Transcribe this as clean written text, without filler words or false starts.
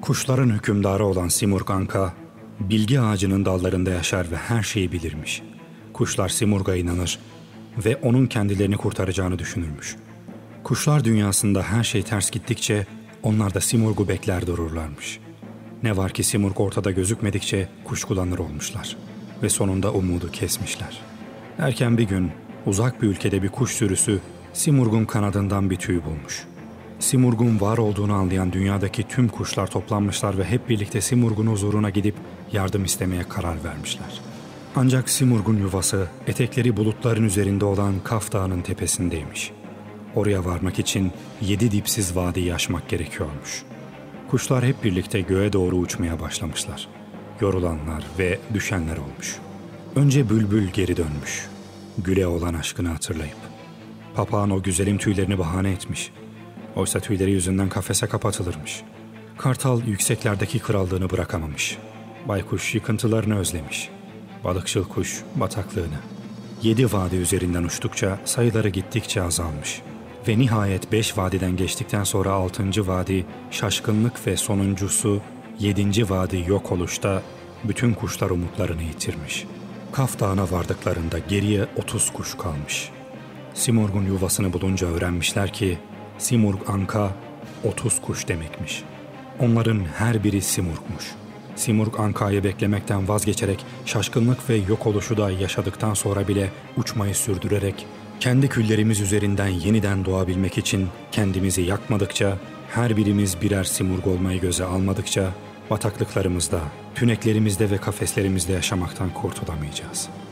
Kuşların hükümdarı olan Simurg Anka, bilgi ağacının dallarında yaşar ve her şeyi bilirmiş. Kuşlar Simurg'a inanır ve onun kendilerini kurtaracağını düşünürmüş. Kuşlar dünyasında her şey ters gittikçe onlar da Simurg'u bekler dururlarmış. Ne var ki Simurg ortada gözükmedikçe kuşkulanır olmuşlar ve sonunda umudu kesmişler. Erken bir gün uzak bir ülkede bir kuş sürüsü Simurg'un kanadından bir tüy bulmuş. Simurg'un var olduğunu anlayan dünyadaki tüm kuşlar toplanmışlar ve hep birlikte Simurg'un huzuruna gidip yardım istemeye karar vermişler. Ancak Simurg'un yuvası etekleri bulutların üzerinde olan Kaf Dağı'nın tepesindeymiş. Oraya varmak için 7 dipsiz vadiyi aşmak gerekiyormuş. Kuşlar hep birlikte göğe doğru uçmaya başlamışlar. Yorulanlar ve düşenler olmuş. Önce bülbül geri dönmüş. Güle olan aşkını hatırlayıp. Papağan o güzelim tüylerini bahane etmiş. Oysa tüyleri yüzünden kafese kapatılırmış. Kartal yükseklerdeki krallığını bırakamamış. Baykuş yıkıntılarını özlemiş. Balıkçıl kuş bataklığını. 7 vadi üzerinden uçtukça sayıları gittikçe azalmış. Ve nihayet 5 vadiden geçtikten sonra 6. vadi şaşkınlık ve sonuncusu 7. vadi yok oluşta bütün kuşlar umutlarını yitirmiş. Kaf Dağı'na vardıklarında geriye 30 kuş kalmış. Simurg'un yuvasını bulunca öğrenmişler ki Simurg Anka 30 kuş demekmiş. Onların her biri Simurg'muş. Simurg Anka'yı beklemekten vazgeçerek şaşkınlık ve yok oluşu da yaşadıktan sonra bile uçmayı sürdürerek kendi küllerimiz üzerinden yeniden doğabilmek için kendimizi yakmadıkça, her birimiz birer Simurg olmayı göze almadıkça bataklıklarımızda, tüneklerimizde ve kafeslerimizde yaşamaktan kurtulamayacağız.